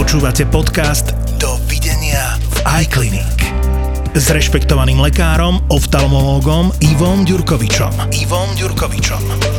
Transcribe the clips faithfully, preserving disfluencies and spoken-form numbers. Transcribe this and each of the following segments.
Počúvate podcast Dovidenia v iClinic s rešpektovaným lekárom, oftalmológom Ivom Ďurkovičom. Ivom Ďurkovičom.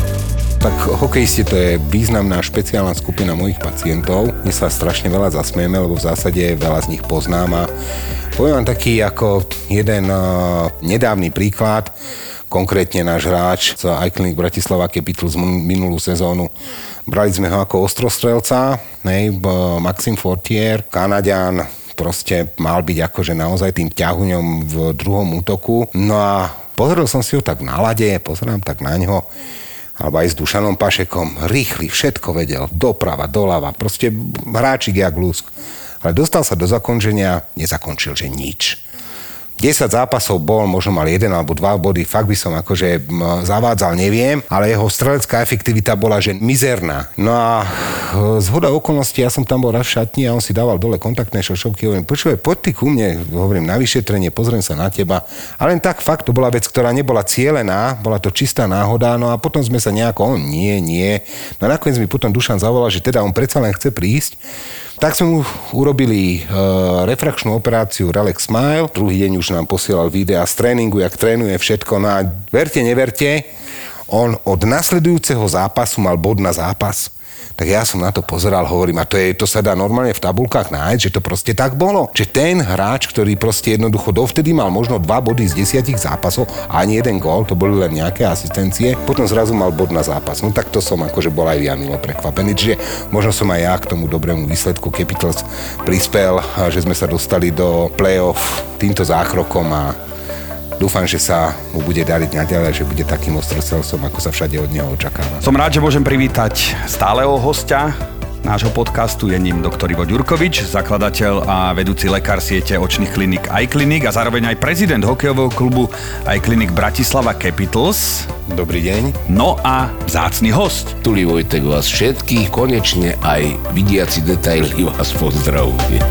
Tak hokejisti to je významná špeciálna skupina mojich pacientov. My sa strašne veľa zasmieme, lebo v zásade veľa z nich poznám a poviem vám taký ako jeden uh, nedávny príklad. Konkrétne náš hráč z iClinic Bratislava Capitals minulú sezónu. Brali sme ho ako ostrostrelca, nej, Maxim Fortier, Kanaďan, proste mal byť akože naozaj tým ťahuňom v druhom útoku. No a pozrel som si ho tak v nálade, pozerám tak na ňo, alebo aj s Dušanom Pašekom, rýchly, všetko vedel, doprava, doľava, proste hráčik jak lúsk. Ale dostal sa do zakončenia, nezakončil, že nič. desať zápasov bol, možno mal jeden alebo dva body, fakt by som akože zavádzal, neviem, ale jeho strelecká efektivita bola, že mizerná. No a zhoda okolností, ja som tam bol raz v šatni a on si dával dole kontaktné šošovky, hovorím, počúvaj, poď ty ku mne, hovorím, na vyšetrenie, pozriem sa na teba. A len tak fakt, to bola vec, ktorá nebola cielená, bola to čistá náhoda, no a potom sme sa nejako, on nie, nie. No a nakoniec mi potom Dušan zavolal, že teda on predsa len chce prísť. Tak sme mu urobili e, refrakčnú operáciu Relax Smile. Druhý deň už nám posielal videa z tréningu, jak trénuje všetko. No a verte, neverte, on od nasledujúceho zápasu mal bod na zápas. Tak ja som na to pozeral, hovorím, a to, je, to sa dá normálne v tabulkách nájsť, že to proste tak bolo. Že ten hráč, ktorý proste jednoducho dovtedy mal možno dva body z desiatich zápasov a ani jeden gól, to boli len nejaké asistencie, potom zrazu mal bod na zápas. No tak to som akože bol aj ja milo prekvapený, čiže možno som aj ja k tomu dobrému výsledku Capitals prispel, že sme sa dostali do play-off týmto zákrokom a dúfam, že sa mu bude dariť naďalej, že bude takým ostrostrelcom, ako sa všade od neho očakáva. Som rád, že môžem privítať stáleho hostia nášho podcastu, je ním doktor Ivo Ďurkovič, zakladateľ a vedúci lekár siete očných kliník iClinic a zároveň aj prezident hokejového klubu iClinic Bratislava Capitals. Dobrý deň. No a vzácny host. Tuli Vojtek vás všetkých, konečne aj vidiaci detaily vás pozdravuje.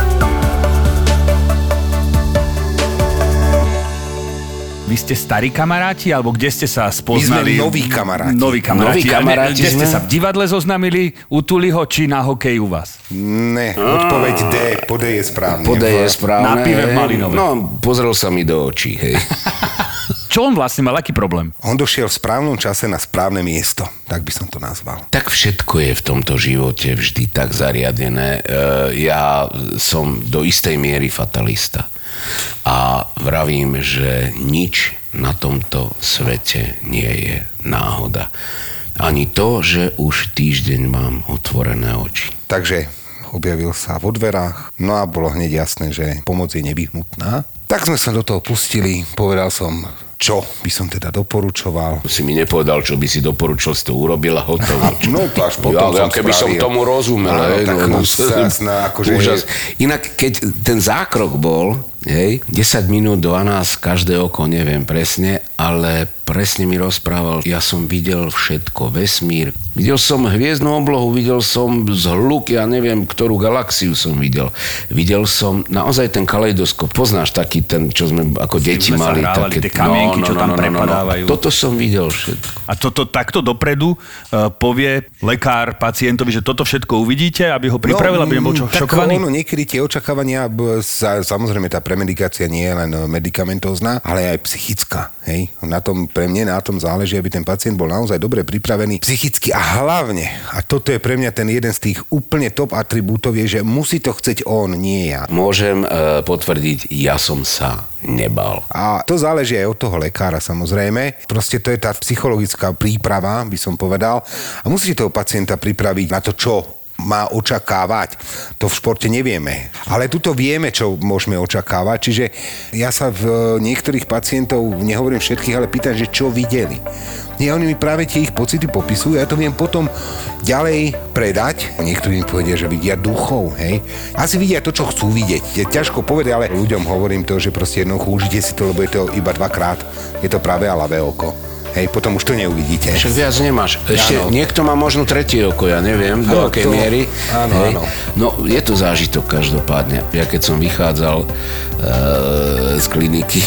Vy ste starí kamaráti, alebo kde ste sa spoznali? My sme noví kamaráti. Noví kamaráti. Noví kamaráti kde ste sme? sa v divadle zoznamili, u Tuliho, či na hokeji u vás? Ne, odpoveď D, po D je správne. Po D je správne. Na pive v Malinove. No, pozrel sa mi do očí, hej. Čo on vlastne mal, aký problém? On došiel v správnom čase na správne miesto, tak by som to nazval. Tak všetko je v tomto živote vždy tak zariadené. Ja som do istej miery fatalista. A vravím, že nič na tomto svete nie je náhoda. Ani to, že už týždeň mám otvorené oči. Takže objavil sa vo dverách, no a bolo hneď jasné, že pomoc je nevyhnutná. Tak sme sa do toho pustili, povedal som, čo by som teda doporučoval. Si mi nepovedal, čo by si doporučil, si to urobil a hotovo. No to až potom ja, som keby spravil. som tomu rozumel. Áno, hej, tak no, no, jasná, akože... Úžas. Inak, keď ten zákrok bol, hej, desať minút, dvanásť, každé oko, neviem presne, ale presne mi rozprával, ja som videl všetko, vesmír. Videl som hviezdnu oblohu, videl som zhluk, ja neviem, ktorú galaxiu som videl. Videl som naozaj ten kaleidoskop. Poznáš taký ten, čo sme ako Si deti sme mali. Sa hrávali, také, tie kamienky, čo tam prepadávajú. A toto som videl všetko. A toto takto dopredu uh, povie lekár pacientovi, že toto všetko uvidíte, aby ho pripravil, no, aby nebol čo šokovaný? Tak ono, niekedy tie očakávania, samozrejme tá premedikácia nie je len medikamentozná, ale aj psychická. Hej? Na tom, pre mňa na tom záleží, aby ten pacient bol naozaj dobre pripravený psychicky a hlavne, a toto je pre mňa ten jeden z tých úplne top atribútov, je, že musí to chceť on, nie ja. Môžem uh, potvrdiť, ja som sa nebal. A to záleží aj od toho lekára, samozrejme. Proste to je tá psychologická príprava, by som povedal. A musíte toho pacienta pripraviť na to, čo má očakávať. To v športe nevieme. Ale tuto vieme, čo môžeme očakávať. Čiže ja sa v niektorých pacientov, nehovorím všetkých, ale pýtam, že čo videli. Nie, oni mi práve tie ich pocity popisujú, ja to viem potom ďalej predať. Niektorí mi povedia, že vidia duchov, hej. Asi vidia to, čo chcú vidieť. Je ťažko povedať, ale ľuďom hovorím to, že proste jednoducho užite si to, lebo je to iba dvakrát. Je to pravé a ľavé oko. Hej, potom už to neuvidíte. Však viac nemáš. Ešte áno. Niekto má možno tretie oko, ja neviem, áno, do akej to... miery. Áno, hej. áno. No, je to zážitok každopádne. Ja keď som vychádzal uh, z kliniky,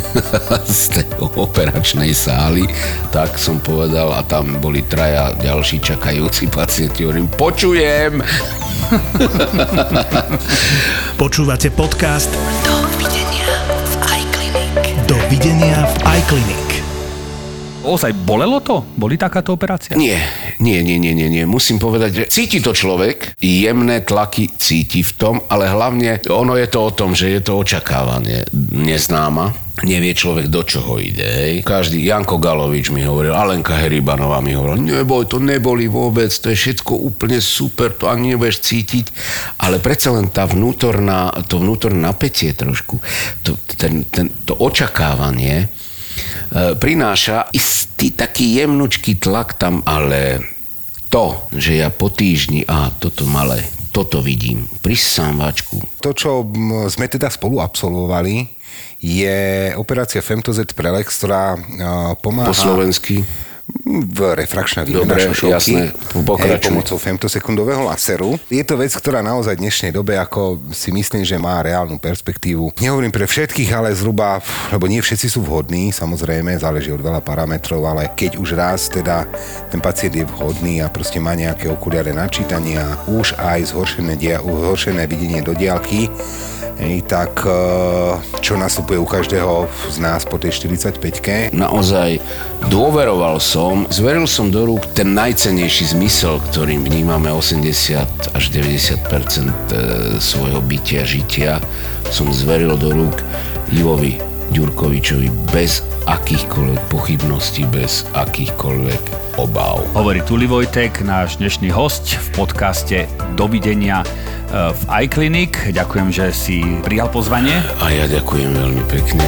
z tej operačnej sály, tak som povedal, a tam boli traja ďalší čakajúci pacienti, hovorím, počujem! Počúvate podcast Dovidenia v iClinic. Dovidenia v iClinic. Ozaj, bolelo to? Boli takáto operácia? Nie, nie, nie, nie, nie, nie. Musím povedať, že cíti to človek, jemné tlaky cíti v tom, ale hlavne ono je to o tom, že je to očakávanie neznáma. Nevie človek, do čoho ide. Hej. Každý, Janko Galovič mi hovoril, Alenka Heribanová mi hovorila, neboj, to neboli vôbec, to je všetko úplne super, to ani nebudeš cítiť, ale predsa len tá vnútorná, to vnútorné napätie trošku, to, ten, ten, to očakávanie prináša istý taký jemnučký tlak tam, ale to, že ja po týždni, a toto malé, toto vidím, pri sámvačku. To, čo sme teda spolu absolvovali, je operácia Femtozet Prelex, ktorá pomáha... Po slovensky? V refrakčná výmena Dobre, šošovky, jasné, pokračuj. pomocou femtosekundového laseru. Je to vec, ktorá naozaj v dnešnej dobe, ako si myslím, že má reálnu perspektívu. Nehovorím pre všetkých, ale zhruba, lebo nie všetci sú vhodní, samozrejme, záleží od veľa parametrov, ale keď už raz teda ten pacient je vhodný a proste má nejaké okuliare načítania, už aj zhoršené, dia- zhoršené videnie do diaľky, hej, tak čo nastupuje u každého z nás po tej štyridsaťpäťke. Naozaj dôveroval som, zveril som do rúk ten najcennejší zmysel, ktorým vnímame osemdesiat až deväťdesiat percent svojho bytia, žitia, som zveril do rúk Ivovi Ďurkovičovi bez akýchkoľvek pochybností, bez akýchkoľvek obáv. Hovorí Tuli Vojtek, náš dnešný hosť v podcaste Dovidenia v iClinic. Ďakujem, že si prijal pozvanie. A ja ďakujem veľmi pekne.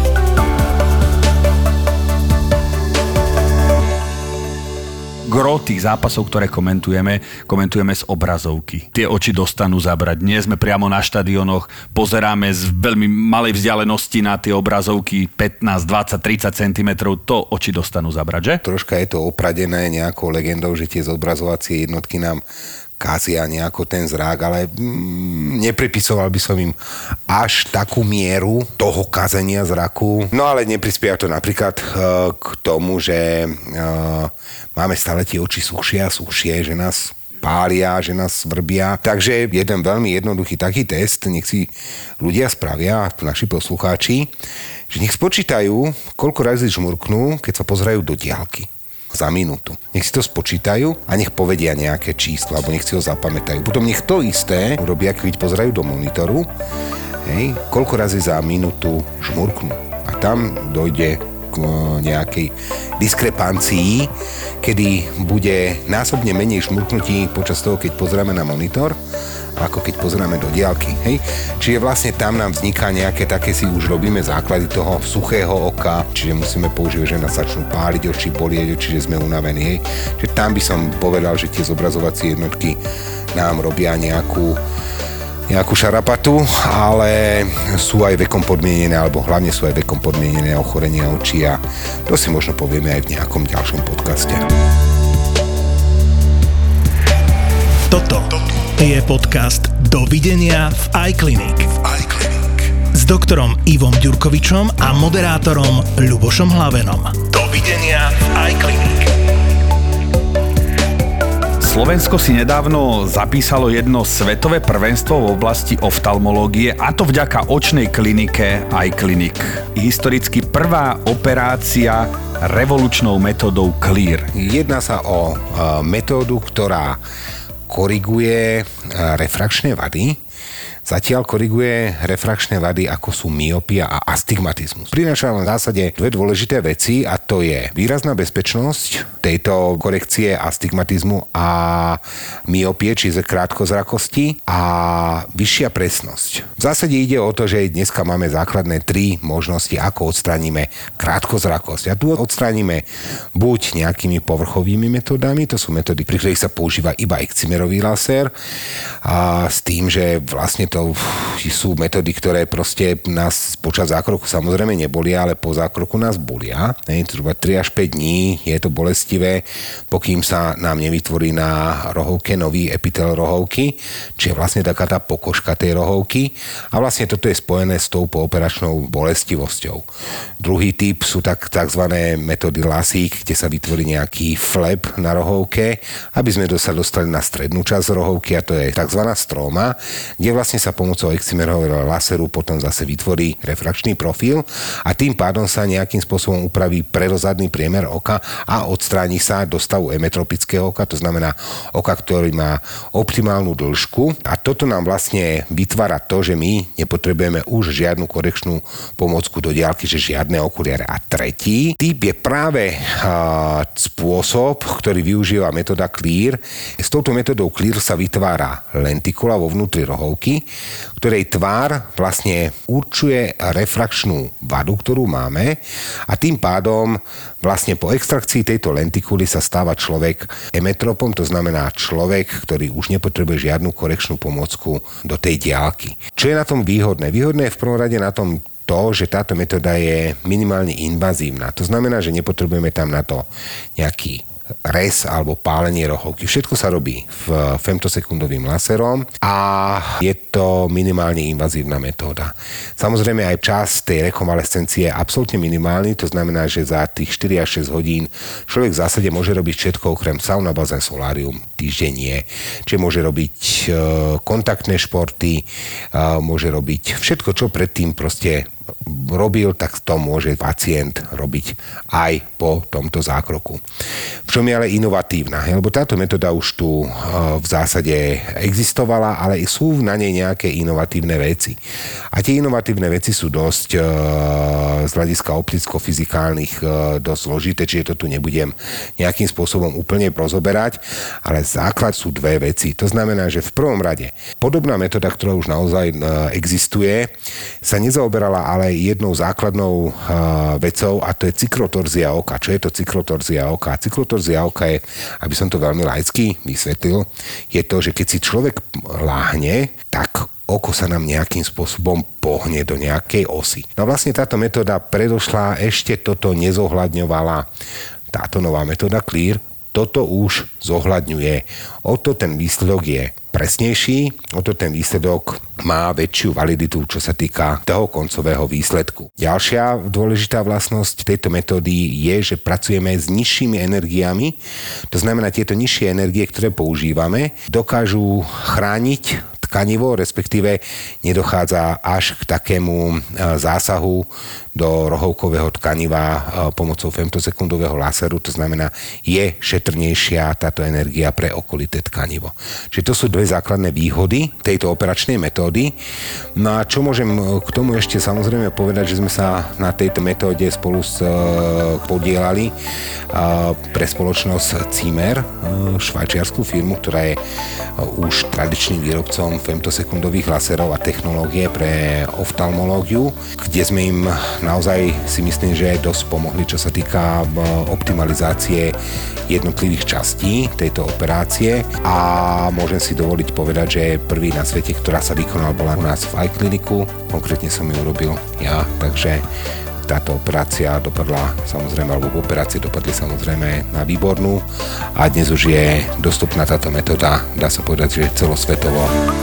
Gro tých zápasov, ktoré komentujeme, komentujeme z obrazovky. Tie oči dostanú zabrať. Nie sme priamo na štadionoch, pozeráme z veľmi malej vzdialenosti na tie obrazovky pätnásť, dvadsať, tridsať centimetrov. To oči dostanú zabrať, že? Troška je to opradené nejakou legendou, že tie zobrazovacie jednotky nám kazia nejako ten zrak, ale mm, nepripisoval by som im až takú mieru toho kazenia zraku. No ale neprispieva to napríklad uh, k tomu, že uh, máme stále tie oči suchšie a suchšie, že nás pália, že nás svrbia. Takže jeden veľmi jednoduchý taký test, nech si ľudia spravia, naši poslucháči, že nech spočítajú, koľko razy žmurknú, keď sa pozerajú do diaľky za minútu. Nech si to spočítajú a nech povedia nejaké číslo, alebo nech si ho zapamätajú. Potom nech to isté urobia, keď pozerajú do monitoru, hej, koľko razy za minútu žmurknú. A tam dojde k nejakej diskrepancii, kedy bude násobne menej žmurknutí počas toho, keď pozeráme na monitor, ako keď pozeráme do diaľky. Hej? Čiže vlastne tam nám vzniká nejaké také, si už robíme základy toho suchého oka, čiže musíme používať, že nás začnú páliť oči, bolieť oči, že sme unavení. Hej? Čiže tam by som povedal, že tie zobrazovacie jednotky nám robia nejakú nejakú šarapatu, ale sú aj vekom podmienené, alebo hlavne sú aj vekom podmienené ochorenia očí a to si možno povieme aj v nejakom ďalšom podcaste. Toto je podcast Dovidenia v iClinic. V iClinic. S doktorom Ivom Ďurkovičom a moderátorom Ľubošom Hlavenom. Dovidenia v iClinic. Slovensko si nedávno zapísalo jedno svetové prvenstvo v oblasti oftalmológie, a to vďaka očnej klinike iClinic. Historicky prvá operácia revolučnou metódou Clear. Jedná sa o uh, metódu, ktorá koriguje refrakčné vady. Zatiaľ koriguje refrakčné vady, ako sú myopia a astigmatizmus. Prináša v zásade dve dôležité veci, a to je výrazná bezpečnosť tejto korekcie astigmatizmu a myopie, čiže krátkozrakosti, a vyššia presnosť. V zásade ide o to, že dneska máme základné tri možnosti, ako odstránime krátkozrakosť. A tu odstránime buď nejakými povrchovými metódami, to sú metódy, pri ktorých sa používa iba excimerový laser, a s tým, že vlastne to sú metódy, ktoré proste nás počas zákroku samozrejme nebolia, ale po zákroku nás bolia. Zhruba tri až päť dní je to bolestivé, pokým sa nám nevytvorí na rohovke nový epitel rohovky, čiže vlastne taká tá pokožka tej rohovky a vlastne toto je spojené s tou pooperačnou bolestivosťou. Druhý typ sú tak, takzvané metódy lasík, kde sa vytvorí nejaký flap na rohovke, aby sme sa dostali na strednú časť rohovky a to je takzvaná stróma, kde vlastne sa pomocou excimerového laseru potom zase vytvorí refrakčný profil a tým pádom sa nejakým spôsobom upraví predozadný priemer oka a odstráni sa do stavu emetropického oka, to znamená oka, ktorý má optimálnu dĺžku a toto nám vlastne vytvára to, že my nepotrebujeme už žiadnu korekčnú pomôcku do diaľky, že žiadne okuliare. A tretí typ je práve uh, spôsob, ktorý využíva metóda Clear. S touto metódou Clear sa vytvára lentikula vo vnútri rohovky, ktorej tvár vlastne určuje refrakčnú vadu, ktorú máme a tým pádom vlastne po extrakcii tejto lentikuly sa stáva človek emetropom, to znamená človek, ktorý už nepotrebuje žiadnu korekčnú pomôcku do tej diaľky. Čo je na tom výhodné? Výhodné je v prvom rade na tom to, že táto metóda je minimálne invazívna. To znamená, že nepotrebujeme tam na to nejaký rez alebo pálenie rohovky. Všetko sa robí v femtosekundovým laserom a je to minimálne invazívna metóda. Samozrejme aj čas tej rekonvalescencie je absolútne minimálny, to znamená, že za tých štyri až šesť hodín človek v zásade môže robiť všetko okrem sauna, bazén, solárium, týždeň nie. Čiže môže robiť kontaktné športy, môže robiť všetko, čo predtým proste robil, tak to môže pacient robiť aj po tomto zákroku. V čom je ale inovatívna, lebo táto metóda už tu v zásade existovala, ale sú na nej nejaké inovatívne veci. A tie inovatívne veci sú dosť z hľadiska opticko-fyzikálnych dosť zložité, čiže to tu nebudem nejakým spôsobom úplne rozoberať, ale základ sú dve veci. To znamená, že v prvom rade podobná metóda, ktorá už naozaj existuje, sa nezaoberala ale jednou základnou uh, vecou a to je cyklotorzia oka. Čo je to cyklotorzia oka? Cyklotorzia oka je, aby som to veľmi laicky vysvetlil, je to, že keď si človek láhne, tak oko sa nám nejakým spôsobom pohne do nejakej osy. No vlastne táto metóda predošla, ešte toto nezohľadňovala táto nová metóda Clear, toto už zohľadňuje. O to ten výsledok je presnejší, o to ten výsledok má väčšiu validitu, čo sa týka toho koncového výsledku. Ďalšia dôležitá vlastnosť tejto metódy je, že pracujeme s nižšími energiami. To znamená, tieto nižšie energie, ktoré používame, dokážu chrániť tkanivo, respektíve nedochádza až k takému zásahu do rohovkového tkaniva pomocou femtosekundového laseru, to znamená, je šetrnejšia táto energia pre okolité tkanivo. Čiže to sú dve základné výhody tejto operačnej metódy. No a čo môžem k tomu ešte samozrejme povedať, že sme sa na tejto metóde spolu s, podielali pre spoločnosť Zimmer, švajčiarsku firmu, ktorá je už tradičným výrobcom femtosekundových laserov a technológie pre oftalmológiu, kde sme im naozaj si myslím, že dosť pomohli, čo sa týka optimalizácie jednotlivých častí tejto operácie a môžem si dovoliť povedať, že prvý na svete, ktorá sa vykonala, bola u nás v iCliniku, konkrétne som ju urobil ja, takže táto operácia dopadla samozrejme, alebo operácie dopadli samozrejme na výbornú a dnes už je dostupná táto metóda, dá sa povedať, že celosvetovo.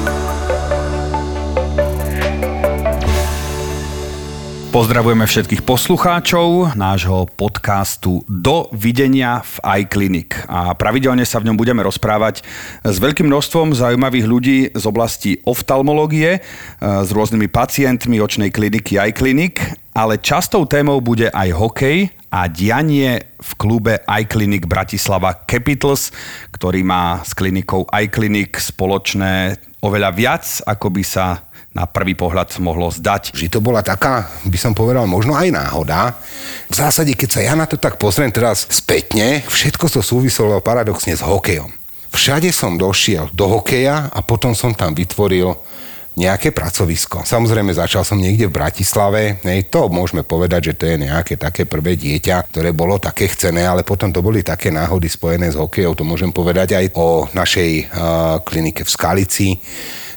Pozdravujeme všetkých poslucháčov nášho podcastu Dovidenia v iClinic a pravidelne sa v ňom budeme rozprávať s veľkým množstvom zaujímavých ľudí z oblasti oftalmológie, s rôznymi pacientmi očnej kliniky iClinic, ale častou témou bude aj hokej a dianie v klube iClinic Bratislava Capitals, ktorý má s klinikou iClinic spoločné oveľa viac, ako by sa na prvý pohľad mohlo zdať. Že to bola taká, by som povedal, možno aj náhoda. V zásade, keď sa ja na to tak pozriem teraz spätne, všetko to súviselo paradoxne s hokejom. Všade som došiel do hokeja a potom som tam vytvoril nejaké pracovisko. Samozrejme, začal som niekde v Bratislave, nej, to môžeme povedať, že to je nejaké také prvé dieťa, ktoré bolo také chcené, ale potom to boli také náhody spojené s hokejou, to môžem povedať aj o našej uh, klinike v Skalici,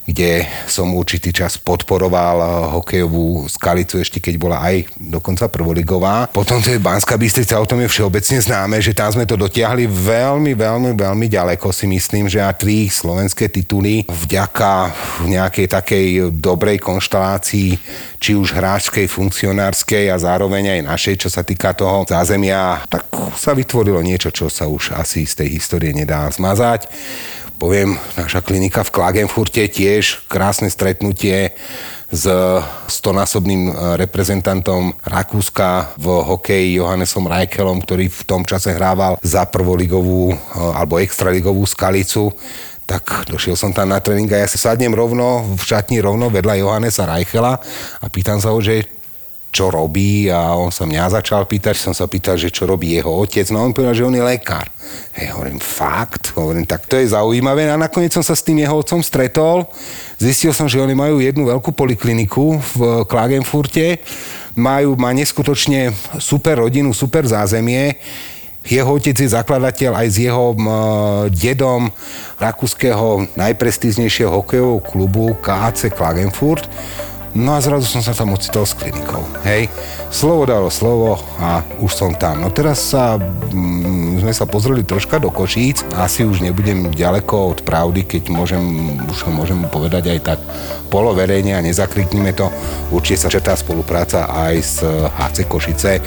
kde som určitý čas podporoval hokejovú Skalicu, ešte keď bola aj dokonca prvoligová. Potom to je Banská Bystrica, o tom je všeobecne známe, že tam sme to dotiahli veľmi, veľmi, veľmi ďaleko, si myslím, že a tri slovenské tituly vďaka nejakej takej dobrej konštelácii, či už hráčskej, funkcionárskej a zároveň aj našej, čo sa týka toho zázemia, tak sa vytvorilo niečo, čo sa už asi z tej histórie nedá zmazať. Poviem, naša klinika v Klagenfurte tiež krásne stretnutie s stonásobným reprezentantom Rakúska v hokeji Johannesom Reichelom, ktorý v tom čase hrával za prvoligovú alebo extraligovú Skalicu. Tak došiel som tam na tréning a ja sa sadnem rovno v šatni rovno vedľa Johannesa Reichela a pýtam sa ho, že čo robí a on sa mňa začal pýtať, som sa pýtal, že čo robí jeho otec, no on povedal, že on je lekár. Hej, hovorím, fakt? Hovorím, tak to je zaujímavé a nakoniec som sa s tým jeho otcom stretol, zistil som, že oni majú jednu veľkú polikliniku v Klagenfurte, majú, má neskutočne super rodinu, super zázemie. Jeho otec je zakladateľ aj s jeho m, dedom rakúskeho najprestíznejšieho hokejového klubu ká á cé Klagenfurt. No a zrazu som sa tam ocitol s klinikou, hej. Slovo dalo slovo a už som tam. No teraz sa, mm, sme sa pozreli troška do Košíc. Asi už nebudem ďaleko od pravdy, keď môžem, už môžem povedať aj tak poloverejne a nezakriknime to. Určite sa četá spolupráca aj s há cé Košice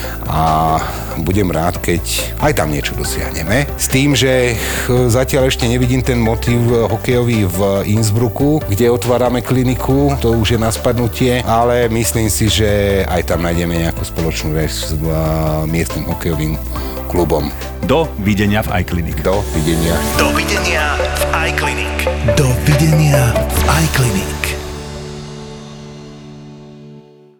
a budem rád, keď aj tam niečo dosiahneme. S tým, že zatiaľ ešte nevidím ten motív hokejový v Innsbrucku, kde otvárame kliniku, to už je na spadnutie, ale myslím si, že aj tam nájdeme nejakú spoločnú reč s miestnym hokejovým klubom. Do videnia v iClinic. Do videnia. Dovidenia v iClinic. Dovidenia v iClinic.